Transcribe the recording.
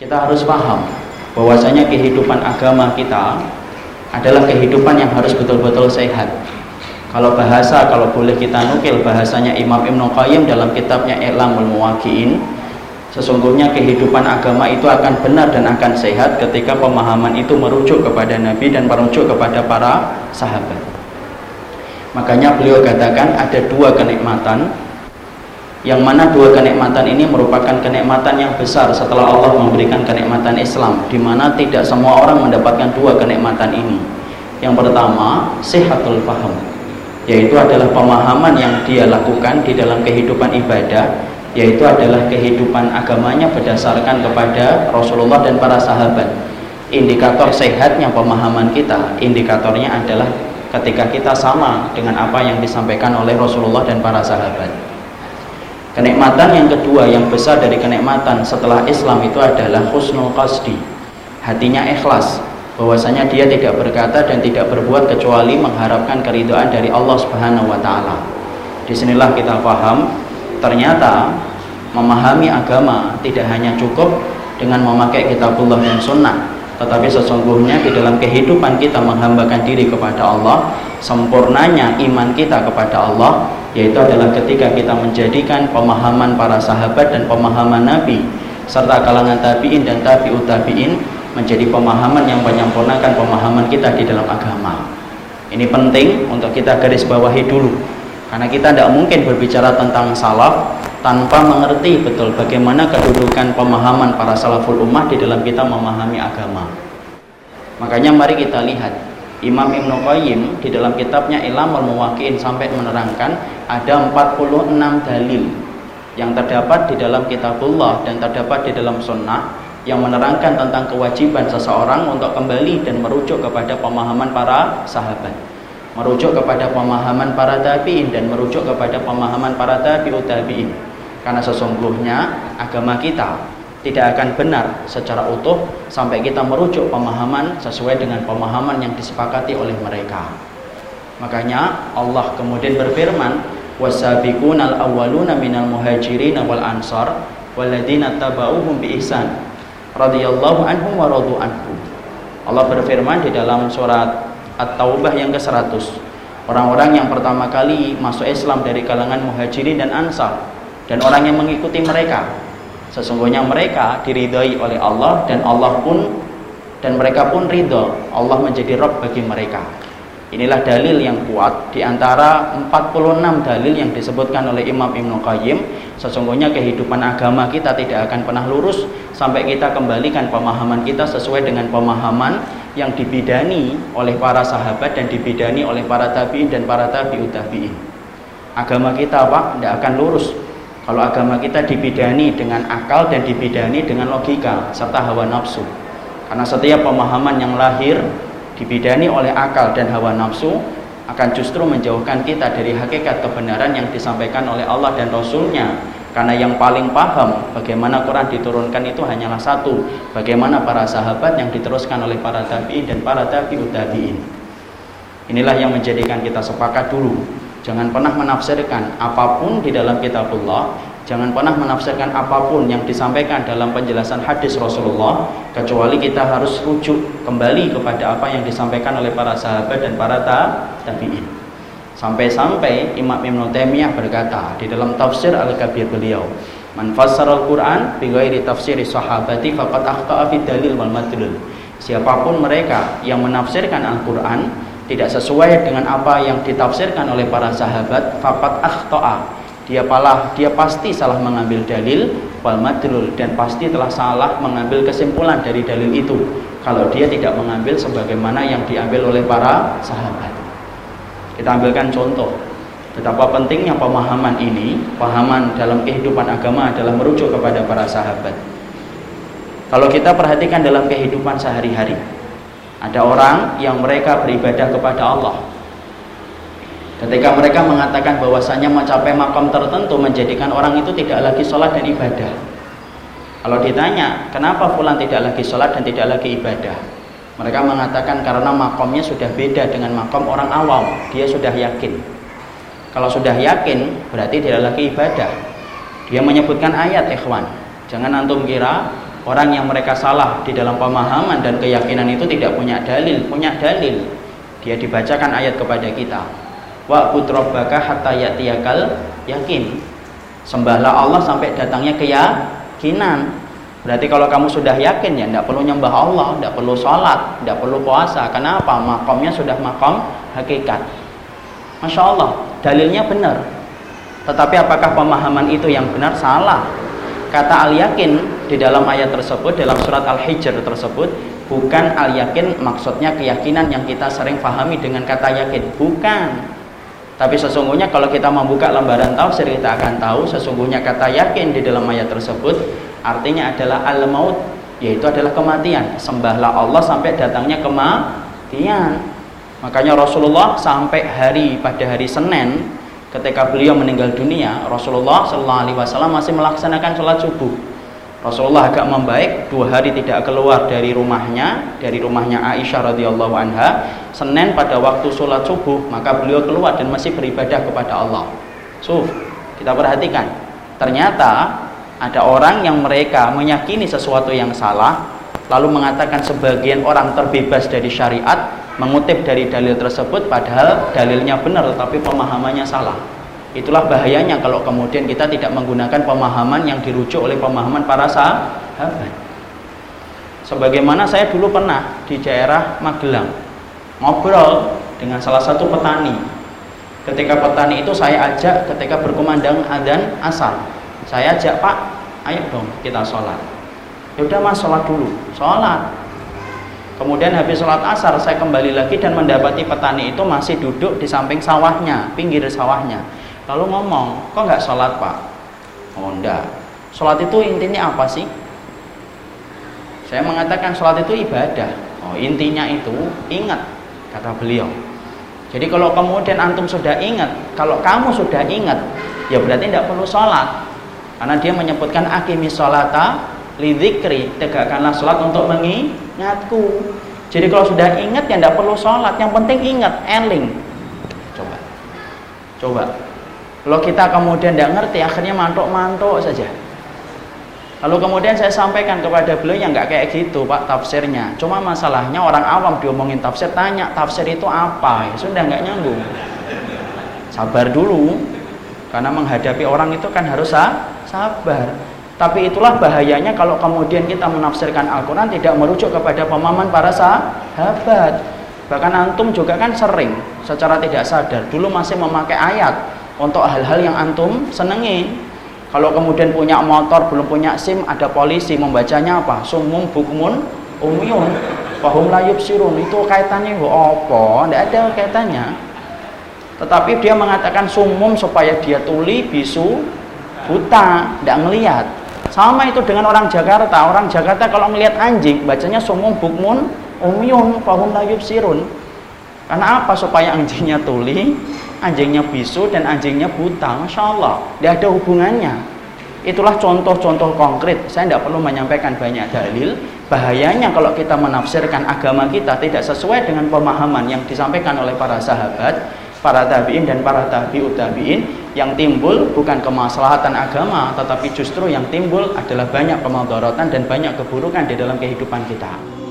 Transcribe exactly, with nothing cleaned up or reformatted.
Kita harus paham bahwasanya kehidupan agama kita adalah kehidupan yang harus betul-betul sehat. Kalau bahasa, kalau boleh kita nukil bahasanya Imam Ibnu Qayyim dalam kitabnya I'lamul Muwaqqi'in, sesungguhnya kehidupan agama itu akan benar dan akan sehat ketika pemahaman itu merujuk kepada Nabi dan merujuk kepada para sahabat. Makanya beliau katakan ada dua kenikmatan, yang mana dua kenikmatan ini merupakan kenikmatan yang besar setelah Allah memberikan kenikmatan Islam, di mana tidak semua orang mendapatkan dua kenikmatan ini. Yang pertama, sihatul faham, yaitu adalah pemahaman yang dia lakukan di dalam kehidupan ibadah, yaitu adalah kehidupan agamanya berdasarkan kepada Rasulullah dan para sahabat. Indikator sehatnya pemahaman kita, indikatornya adalah ketika kita sama dengan apa yang disampaikan oleh Rasulullah dan para sahabat. Kenikmatan yang kedua yang besar dari kenikmatan setelah Islam itu adalah husnul qasdi, hatinya ikhlas, bahwasanya dia tidak berkata dan tidak berbuat kecuali mengharapkan keridhaan dari Allah Subhanahu wa taala. Disinilah kita paham ternyata memahami agama tidak hanya cukup dengan memakai kitabullah dan sunnah, tetapi sesungguhnya di dalam kehidupan kita menghambakan diri kepada Allah, sempurnanya iman kita kepada Allah, yaitu adalah ketika kita menjadikan pemahaman para sahabat dan pemahaman Nabi serta kalangan tabi'in dan tabi'ut tabi'in menjadi pemahaman yang menyempurnakan pemahaman kita di dalam agama. Ini penting untuk kita garis bawahi dulu, karena kita tidak mungkin berbicara tentang salaf tanpa mengerti betul bagaimana kedudukan pemahaman para salaful ummah di dalam kita memahami agama. Makanya mari kita lihat Imam Ibnu Qayyim di dalam kitabnya I'lamul Muwaqqi'in sampai menerangkan ada empat puluh enam dalil yang terdapat di dalam kitabullah dan terdapat di dalam sunnah yang menerangkan tentang kewajiban seseorang untuk kembali dan merujuk kepada pemahaman para sahabat, merujuk kepada pemahaman para tabi'in dan merujuk kepada pemahaman para tabi'ut tabi'in. Karena sesungguhnya agama kita tidak akan benar secara utuh sampai kita merujuk pemahaman sesuai dengan pemahaman yang disepakati oleh mereka. Makanya Allah kemudian berfirman, wasabiqunal awwaluna minal muhajirin wal ansar walladzina tabauhum bi ihsan radhiyallahu anhum wa radu anhu. Allah berfirman di dalam surat At-Taubah yang ke seratus, orang-orang yang pertama kali masuk Islam dari kalangan muhajirin dan ansar dan orang yang mengikuti mereka, sesungguhnya mereka diridhai oleh Allah dan Allah pun dan mereka pun ridho, Allah menjadi Rabb bagi mereka. Inilah dalil yang kuat di antara empat puluh enam dalil yang disebutkan oleh Imam Ibnu Qayyim. Sesungguhnya kehidupan agama kita tidak akan pernah lurus sampai kita kembalikan pemahaman kita sesuai dengan pemahaman yang dibidani oleh para sahabat dan dibidani oleh para tabi'in dan para tabi'ut tabi'in. Agama kita Pak tidak akan lurus kalau agama kita dibidani dengan akal dan dibidani dengan logika serta hawa nafsu. Karena setiap pemahaman yang lahir dibidani oleh akal dan hawa nafsu akan justru menjauhkan kita dari hakikat kebenaran yang disampaikan oleh Allah dan Rasul-Nya. Karena yang paling paham bagaimana Quran diturunkan itu hanyalah satu, bagaimana para sahabat yang diteruskan oleh para tabi'in dan para tabi'ut tabi'in. Inilah yang menjadikan kita sepakat dulu, jangan pernah menafsirkan apapun di dalam kitabullah, jangan pernah menafsirkan apapun yang disampaikan dalam penjelasan hadis Rasulullah, kecuali kita harus rujuk kembali kepada apa yang disampaikan oleh para sahabat dan para tabi'in. Sampai-sampai Imam Ibnu Taimiyah berkata di dalam tafsir Al-Kabir beliau, man fassara al-Quran bi ghairi tafsiri sahabati faqad akhta'a fi dalil wal madlul. Siapapun mereka yang menafsirkan Al-Quran tidak sesuai dengan apa yang ditafsirkan oleh para sahabat, faqad akhta'a, dia palah dia pasti salah mengambil dalil wal madlul, dan pasti telah salah mengambil kesimpulan dari dalil itu kalau dia tidak mengambil sebagaimana yang diambil oleh para sahabat. Kita ambilkan contoh betapa pentingnya pemahaman ini. Pemahaman dalam kehidupan agama adalah merujuk kepada para sahabat. Kalau kita perhatikan dalam kehidupan sehari-hari, ada orang yang mereka beribadah kepada Allah. Ketika mereka mengatakan bahwasanya mencapai makom tertentu menjadikan orang itu tidak lagi sholat dan ibadah. Kalau ditanya, kenapa fulan tidak lagi sholat dan tidak lagi ibadah? Mereka mengatakan karena makomnya sudah beda dengan makom orang awam. Dia sudah yakin. Kalau sudah yakin berarti tidak lagi ibadah. Dia menyebutkan ayat, ikhwan. Jangan antum kira Orang yang mereka salah di dalam pemahaman dan keyakinan itu tidak punya dalil, punya dalil. Dia dibacakan ayat kepada kita. Wa'bud rabbaka hatta ya'tiyakal yakin. Sembahlah Allah sampai datangnya keyakinan. Berarti kalau kamu sudah yakin ya tidak perlu nyembah Allah, tidak perlu sholat, tidak perlu puasa. Kenapa? Makomnya sudah makom hakikat. Masya Allah, dalilnya benar. Tetapi apakah pemahaman itu yang benar? Salah. Kata al-yakin di dalam ayat tersebut, dalam surat Al-Hijr tersebut, bukan al-yakin maksudnya keyakinan yang kita sering pahami dengan kata yakin. Bukan. Tapi sesungguhnya kalau kita membuka lembaran tafsir, kita akan tahu sesungguhnya kata yakin di dalam ayat tersebut artinya adalah al-maut, yaitu adalah kematian. Sembahlah Allah sampai datangnya kematian. Makanya Rasulullah sampai hari pada hari Senin ketika beliau meninggal dunia, Rasulullah shallallahu alaihi wasallam masih melaksanakan sholat subuh. Rasulullah agak membaik, dua hari tidak keluar dari rumahnya, dari rumahnya Aisyah radhiyallahu anha. Senin pada waktu sholat subuh, maka beliau keluar dan masih beribadah kepada Allah. So, kita perhatikan, ternyata ada orang yang mereka meyakini sesuatu yang salah, lalu mengatakan sebagian orang terbebas dari syariat, mengutip dari dalil tersebut, padahal dalilnya benar tetapi pemahamannya salah. Itulah bahayanya kalau kemudian kita tidak menggunakan pemahaman yang dirujuk oleh pemahaman para sahabat. Sebagaimana saya dulu pernah di daerah Magelang ngobrol dengan salah satu petani. Ketika petani itu saya ajak ketika berkumandang adzan asar, saya ajak, Pak, ayo dong kita sholat. Yaudah Mas, sholat dulu. Sholat. Kemudian habis sholat asar saya kembali lagi dan mendapati petani itu masih duduk di samping sawahnya, pinggir sawahnya. Lalu ngomong, kok nggak sholat Pak? Oh enggak. Sholat itu intinya apa sih? Saya mengatakan sholat itu ibadah. Oh intinya itu ingat, kata beliau. Jadi kalau kemudian antum sudah ingat, kalau kamu sudah ingat, ya berarti tidak perlu sholat. Karena dia menyebutkan akimis sholata lidzikri, tegakkanlah sholat untuk mengingatku. Jadi kalau sudah ingat ya tidak perlu sholat, yang penting ingat, eling. Coba, coba. Kalau kita kemudian tidak ngerti, akhirnya mantuk-mantuk saja. Lalu kemudian saya sampaikan kepada beliau yang nggak kayak gitu Pak tafsirnya. Cuma masalahnya orang awam diomongin tafsir, tanya tafsir itu apa, ya sudah nggak nyambung. Sabar dulu, karena menghadapi orang itu kan harus sabar. Tapi itulah bahayanya kalau kemudian kita menafsirkan Al-Quran tidak merujuk kepada pemahaman para sahabat. Bahkan antum juga kan sering secara tidak sadar dulu masih memakai ayat untuk hal-hal yang antum senengi. Kalau kemudian punya motor belum punya SIM, ada polisi, membacanya apa? Sumum bukmun umyun fahum la yubsirun. Itu kaitannya apa? Tidak ada kaitannya. Tetapi dia mengatakan sumum supaya dia tuli, bisu, buta, tidak ngelihat. Sama itu dengan orang Jakarta. Orang Jakarta kalau ngelihat anjing bacanya sumum bukmun umyun fahum la yubsirun. Karena apa? Supaya anjingnya tuli, anjingnya bisu, dan anjingnya buta. Masya Allah, tidak ada hubungannya. Itulah contoh-contoh konkret. Saya tidak perlu menyampaikan banyak dalil. Bahayanya kalau kita menafsirkan agama kita tidak sesuai dengan pemahaman yang disampaikan oleh para sahabat, para tabi'in dan para tabi'ut tabi'in. Yang timbul bukan kemaslahatan agama, tetapi justru yang timbul adalah banyak kemudaratan dan banyak keburukan di dalam kehidupan kita.